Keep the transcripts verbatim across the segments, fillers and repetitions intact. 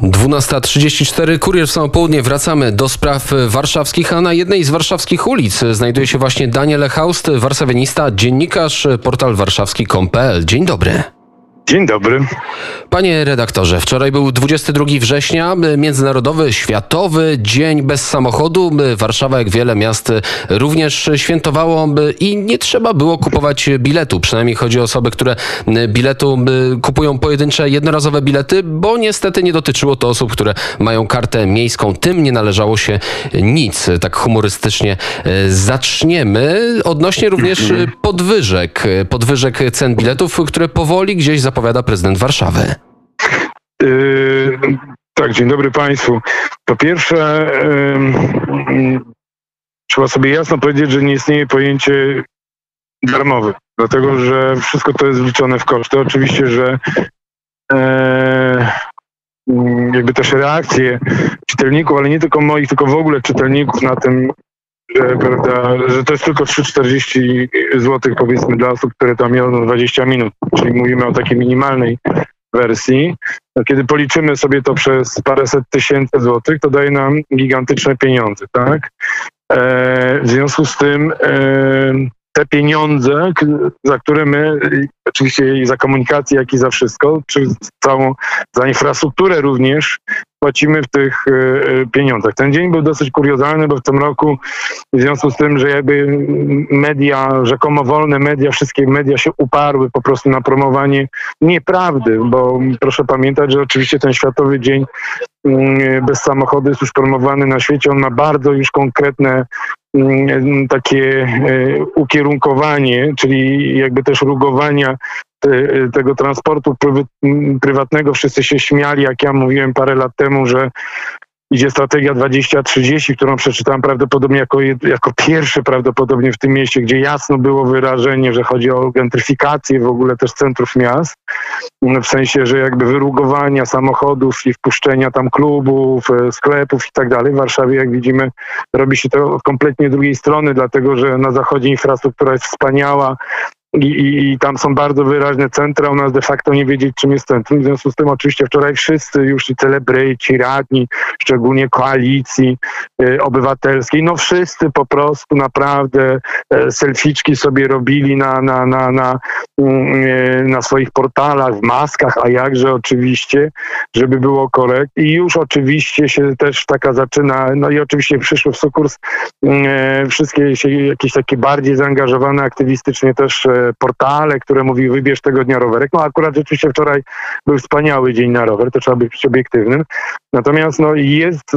dwunasta trzydzieści cztery, Kurier w samo południe. Wracamy do spraw warszawskich, a na jednej z warszawskich ulic znajduje się właśnie Daniel Haust, warszawianista, dziennikarz, portal warszawski kropka com kropka pe el. Dzień dobry. Dzień dobry. Panie redaktorze, wczoraj był dwudziestego drugiego września, Międzynarodowy, Światowy Dzień Bez Samochodu. Warszawa, jak wiele miast, również świętowało i nie trzeba było kupować biletu. Przynajmniej chodzi o osoby, które biletu kupują pojedyncze, jednorazowe bilety, bo niestety nie dotyczyło to osób, które mają kartę miejską. Tym nie należało się nic. Tak humorystycznie zaczniemy. Odnośnie również podwyżek, podwyżek cen biletów, które powoli gdzieś zapowiada prezydent Warszawy. Yy, tak, dzień dobry Państwu. Po pierwsze, yy, trzeba sobie jasno powiedzieć, że nie istnieje pojęcie darmowe, dlatego że wszystko to jest wliczone w koszty. Oczywiście, że yy, jakby też reakcje czytelników, ale nie tylko moich, tylko w ogóle czytelników na tym, że, prawda, że to jest tylko trzy czterdzieści złotych, powiedzmy, dla osób, które tam jadą dwadzieścia minut, czyli mówimy o takiej minimalnej wersji. No, kiedy policzymy sobie to przez paręset tysięcy złotych, to daje nam gigantyczne pieniądze, tak? E, w związku z tym e, te pieniądze, za które my, oczywiście i za komunikację, jak i za wszystko, czy całą, za infrastrukturę również, płacimy w tych y, pieniądzach. Ten dzień był dosyć kuriozalny, bo w tym roku, w związku z tym, że jakby media, rzekomo wolne media, wszystkie media się uparły po prostu na promowanie nieprawdy, bo proszę pamiętać, że oczywiście ten Światowy Dzień y, Bez Samochodu jest już promowany na świecie. On ma bardzo już konkretne y, takie y, ukierunkowanie, czyli jakby też rugowania tego transportu prywatnego. Wszyscy się śmiali, jak ja mówiłem parę lat temu, że idzie strategia dwadzieścia trzydzieści, którą przeczytałem prawdopodobnie jako, jako pierwszy prawdopodobnie w tym mieście, gdzie jasno było wyrażenie, że chodzi o gentryfikację w ogóle też centrów miast, w sensie, że jakby wyrugowania samochodów i wpuszczenia tam klubów, sklepów i tak dalej. W Warszawie, jak widzimy, robi się to od kompletnie drugiej strony, dlatego że na zachodzie infrastruktura jest wspaniała, I, i, I tam są bardzo wyraźne centra, u nas de facto nie wiedzieć, czym jest centrum. W związku z tym oczywiście wczoraj wszyscy już i celebryci, radni, szczególnie koalicji y, obywatelskiej, no wszyscy po prostu naprawdę y, selficzki sobie robili na, na, na, na, y, na swoich portalach, w maskach, a jakże oczywiście, żeby było korekt. I już oczywiście się też taka zaczyna, no i oczywiście przyszły w sukurs y, wszystkie się, jakieś takie bardziej zaangażowane aktywistycznie też y, portale, które mówiły, wybierz tego dnia rowerek. No akurat rzeczywiście wczoraj był wspaniały dzień na rower, to trzeba być obiektywnym. Natomiast no jest,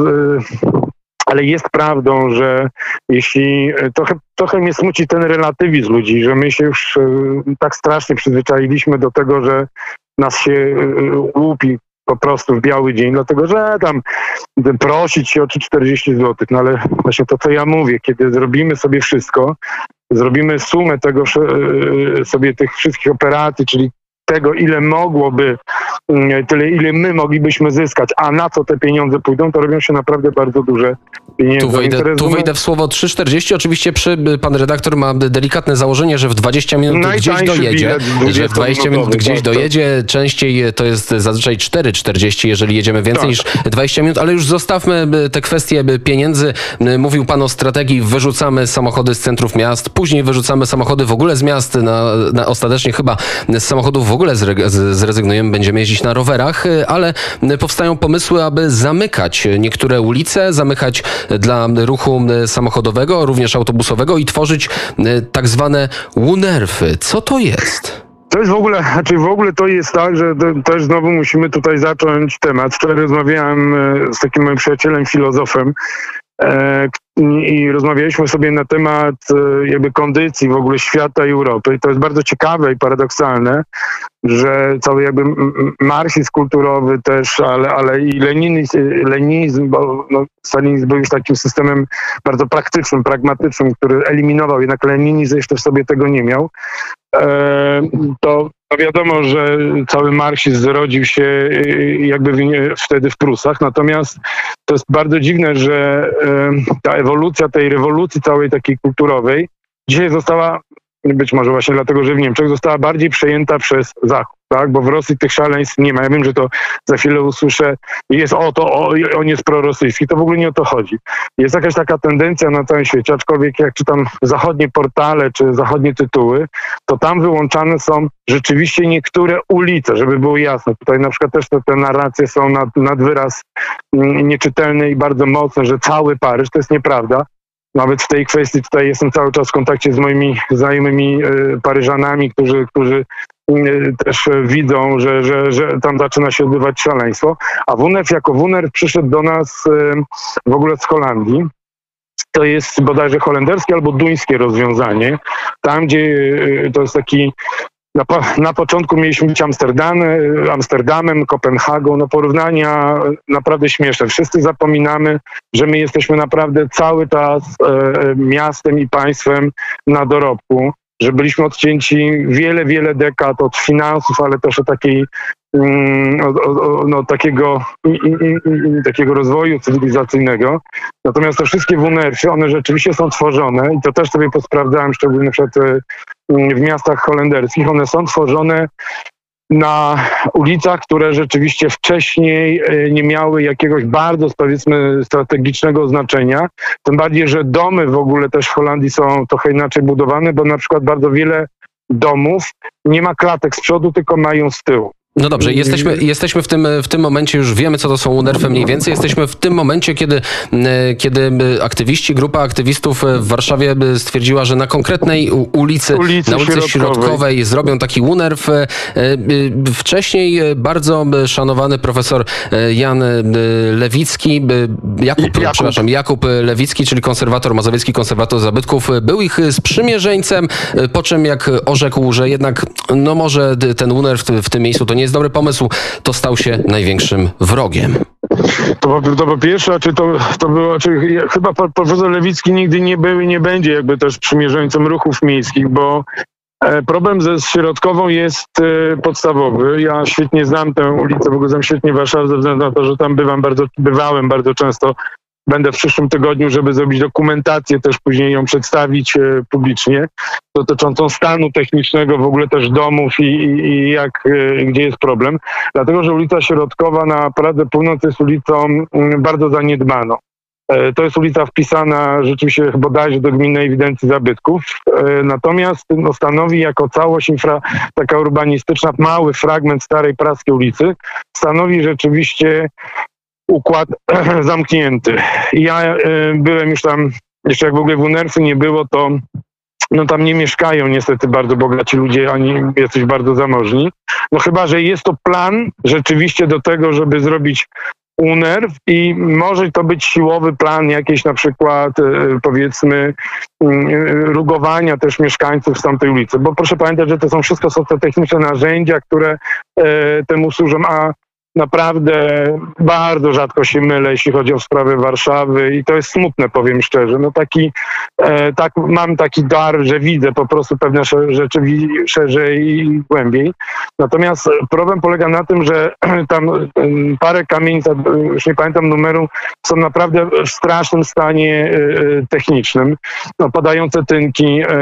ale jest prawdą, że jeśli trochę, trochę mnie smuci ten relatywizm ludzi, że my się już tak strasznie przyzwyczailiśmy do tego, że nas się łupi po prostu w biały dzień, dlatego że tam prosić się o czterdzieści złotych, no ale właśnie to, co ja mówię, kiedy zrobimy sobie wszystko, zrobimy sumę tego sobie tych wszystkich operacji, czyli tego, ile mogłoby, tyle, ile my moglibyśmy zyskać, a na co te pieniądze pójdą, to robią się naprawdę bardzo duże pieniądze. Tu wejdę, tu wejdę w słowo trzy czterdzieści. Oczywiście przy, pan redaktor ma delikatne założenie, że w dwadzieścia minut gdzieś dojedzie, że w dwadzieścia minut gdzieś dojedzie. Częściej to jest zazwyczaj cztery czterdzieści, jeżeli jedziemy więcej tak. niż dwadzieścia minut, ale już zostawmy te kwestie pieniędzy. Mówił pan o strategii, wyrzucamy samochody z centrów miast, później wyrzucamy samochody w ogóle z miast, na, na ostatecznie chyba z samochodów w ogóle zrezygnujemy, będziemy jeździć na rowerach, ale powstają pomysły, aby zamykać niektóre ulice, zamykać dla ruchu samochodowego, również autobusowego i tworzyć tak zwane łunerfy. Co to jest? To jest w ogóle, znaczy w ogóle to jest tak, że też znowu musimy tutaj zacząć temat. Wczoraj rozmawiałem z takim moim przyjacielem, filozofem, i rozmawialiśmy sobie na temat jakby kondycji w ogóle świata i Europy. I to jest bardzo ciekawe i paradoksalne, że cały jakby marksizm kulturowy też, ale, ale i leninizm, leninizm, bo no, stalinizm był już takim systemem bardzo praktycznym, pragmatycznym, który eliminował, jednak leninizm jeszcze w sobie tego nie miał. E, to no wiadomo, że cały marksizm zrodził się jakby wtedy w Prusach, natomiast to jest bardzo dziwne, że ta ewolucja tej rewolucji całej takiej kulturowej dzisiaj została być może właśnie dlatego, że w Niemczech została bardziej przejęta przez Zachód, tak? Bo w Rosji tych szaleństw nie ma. Ja wiem, że to za chwilę usłyszę, jest o to, o, on jest prorosyjski. To w ogóle nie o to chodzi. Jest jakaś taka tendencja na całym świecie, aczkolwiek jak czytam zachodnie portale czy zachodnie tytuły, to tam wyłączane są rzeczywiście niektóre ulice, żeby było jasne. Tutaj na przykład też te, te narracje są nad, nad wyraz nieczytelne i bardzo mocne, że cały Paryż, to jest nieprawda. Nawet w tej kwestii tutaj jestem cały czas w kontakcie z moimi znajomymi y, Paryżanami, którzy, którzy y, też widzą, że, że, że tam zaczyna się odbywać szaleństwo. A W U N E F jako W U N E F przyszedł do nas y, w ogóle z Holandii. To jest bodajże holenderskie albo duńskie rozwiązanie. Tam, gdzie y, to jest taki... Na, po, na początku mieliśmy być Amsterdam, Amsterdamem, Kopenhagą, no porównania naprawdę śmieszne. Wszyscy zapominamy, że my jesteśmy naprawdę cały czas e, miastem i państwem na dorobku, że byliśmy odcięci wiele, wiele dekad od finansów, ale też od takiej mm, od, od, no, takiego, i, i, i, takiego rozwoju cywilizacyjnego. Natomiast te wszystkie W U N E F-y, one rzeczywiście są tworzone i to też sobie posprawdzałem, szczególnie na przykład w miastach holenderskich, one są tworzone na ulicach, które rzeczywiście wcześniej nie miały jakiegoś bardzo, powiedzmy, strategicznego znaczenia. Tym bardziej, że domy w ogóle też w Holandii są trochę inaczej budowane, bo na przykład bardzo wiele domów nie ma klatek z przodu, tylko mają z tyłu. No dobrze, jesteśmy, jesteśmy w, tym, w tym momencie, już wiemy, co to są U N E R F-y mniej więcej. Jesteśmy w tym momencie, kiedy, kiedy aktywiści, grupa aktywistów w Warszawie stwierdziła, że na konkretnej ulicy, ulicy na ulicy Środkowej. Środkowej zrobią taki U N E R F. Wcześniej bardzo szanowany profesor Jan Lewicki, Jakub, Jakub. przepraszam, Jakub Lewicki, czyli konserwator, mazowiecki konserwator zabytków, był ich sprzymierzeńcem, po czym jak orzekł, że jednak no może ten U N E R F w tym miejscu to nie jest dobry pomysł, to stał się największym wrogiem. To, to po pierwsze, czy to, to było, czy chyba profesor Lewicki nigdy nie był i nie będzie jakby też przymierzeńcem ruchów miejskich, bo problem ze Środkową jest podstawowy. Ja świetnie znam tę ulicę, w ogóle znam świetnie Warszawę ze względu na to, że tam bywam bardzo, bywałem bardzo często. Będę w przyszłym tygodniu, żeby zrobić dokumentację, też później ją przedstawić e, publicznie, dotyczącą stanu technicznego w ogóle też domów i, i, i jak, e, gdzie jest problem. Dlatego, że ulica Środkowa na Pradze Północ jest ulicą m, bardzo zaniedbaną. E, to jest ulica wpisana rzeczywiście bodajże do Gminnej Ewidencji Zabytków, e, natomiast no, stanowi jako całość infra, taka urbanistyczna, mały fragment starej praskiej ulicy, stanowi rzeczywiście układ zamknięty. Ja y, byłem już tam, jeszcze jak w ogóle w U N E R F-y nie było, to no tam nie mieszkają niestety bardzo bogaci ludzie, ani jesteś bardzo zamożni. No chyba, że jest to plan rzeczywiście do tego, żeby zrobić U N E R F i może to być siłowy plan jakiejś na przykład y, powiedzmy y, rugowania też mieszkańców z tamtej ulicy. Bo proszę pamiętać, że to są wszystko socjotechniczne narzędzia, które y, temu służą, a naprawdę bardzo rzadko się mylę, jeśli chodzi o sprawę Warszawy i to jest smutne, powiem szczerze. No taki, e, tak, mam taki dar, że widzę po prostu pewne rzeczy szerzej i głębiej. Natomiast problem polega na tym, że tam parę kamienic, już nie pamiętam numeru, są naprawdę w strasznym stanie e, technicznym. No, padające tynki, e,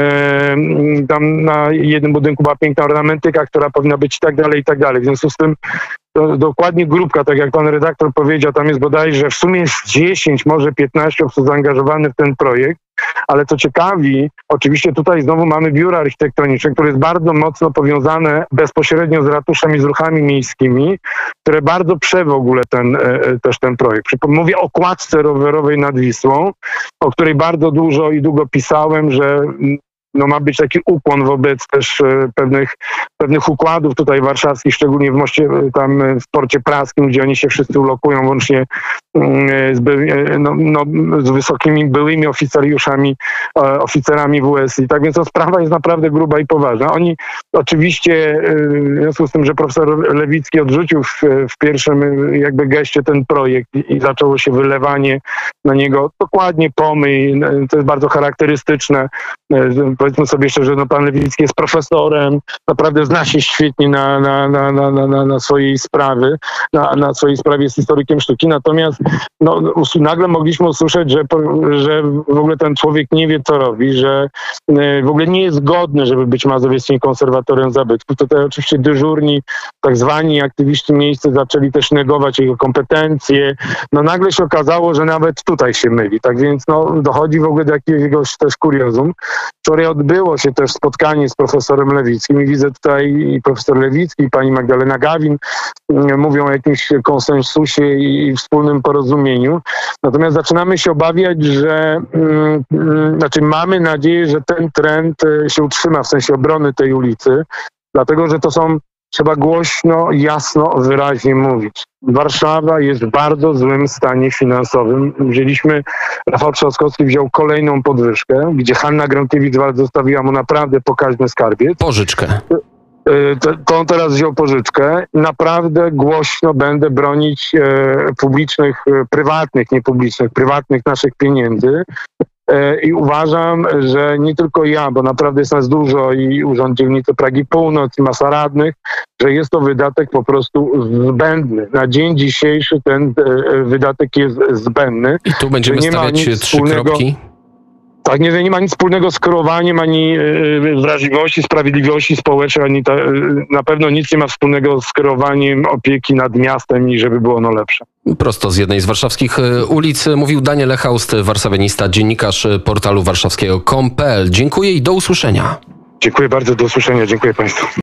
tam na jednym budynku była piękna ornamentyka, która powinna być i tak dalej, i tak dalej. W związku z tym to dokładnie grupka, tak jak pan redaktor powiedział, tam jest bodajże w sumie jest dziesięć, może piętnaście osób zaangażowanych w ten projekt, ale co ciekawi, oczywiście tutaj znowu mamy biuro architektoniczne, które jest bardzo mocno powiązane bezpośrednio z ratuszem i z ruchami miejskimi, które bardzo prze w ogóle ten, też ten projekt. Mówię o kładce rowerowej nad Wisłą, o której bardzo dużo i długo pisałem, że no ma być taki ukłon wobec też e, pewnych, pewnych układów tutaj warszawskich, szczególnie w moście, tam w porcie praskim, gdzie oni się wszyscy ulokują, łącznie e, z, by, e, no, no, z wysokimi byłymi oficjariuszami, e, oficerami W S I. Tak więc to sprawa jest naprawdę gruba i poważna. Oni oczywiście, e, w związku z tym, że profesor Lewicki odrzucił w, w pierwszym jakby geście ten projekt i, i zaczęło się wylewanie na niego dokładnie pomyj, to jest bardzo charakterystyczne, e, powiedzmy sobie szczerze, no pan Lewicki jest profesorem, naprawdę zna się świetnie na, na, na, na, na, na swojej sprawy, na, na swojej sprawie jest historykiem sztuki, natomiast no, nagle mogliśmy usłyszeć, że, że w ogóle ten człowiek nie wie, co robi, że w ogóle nie jest godny, żeby być mazowieckim konserwatorem zabytków. Tutaj oczywiście dyżurni, tak zwani aktywiści miejsce zaczęli też negować jego kompetencje. No nagle się okazało, że nawet tutaj się myli. Tak więc no, dochodzi w ogóle do jakiegoś też kuriozum. Wczoraj odbyło się też spotkanie z profesorem Lewickim i widzę tutaj i profesor Lewicki, i pani Magdalena Gawin mówią o jakimś konsensusie i wspólnym porozumieniu. Natomiast zaczynamy się obawiać, że mm, znaczy mamy nadzieję, że ten trend się utrzyma w sensie obrony tej ulicy, dlatego że to są, trzeba głośno, jasno, wyraźnie mówić. Warszawa jest w bardzo złym stanie finansowym. Wzięliśmy, Rafał Trzaskowski wziął kolejną podwyżkę, gdzie Hanna Gronkiewicz-Waltz zostawiła mu naprawdę pokaźny skarbiec. Pożyczkę. To, to on teraz wziął pożyczkę. Naprawdę głośno będę bronić e, publicznych, e, prywatnych, nie publicznych, prywatnych naszych pieniędzy. E, I uważam, że nie tylko ja, bo naprawdę jest nas dużo i Urząd Dzielnicy Pragi Północ i masa radnych, że jest to wydatek po prostu zbędny. Na dzień dzisiejszy ten e, wydatek jest zbędny. I tu będziemy stawiać trzy wspólnego... kropki. Tak, nie, nie ma nic wspólnego z kreowaniem, ani yy, wrażliwości, sprawiedliwości społecznej, ani ta, yy, na pewno nic nie ma wspólnego z kreowaniem opieki nad miastem i żeby było ono lepsze. Prosto z jednej z warszawskich ulic mówił Daniel Echaust, warszawianista, dziennikarz portalu warszawskiego kropka com kropka pe el. Dziękuję i do usłyszenia. Dziękuję bardzo, do usłyszenia. Dziękuję państwu.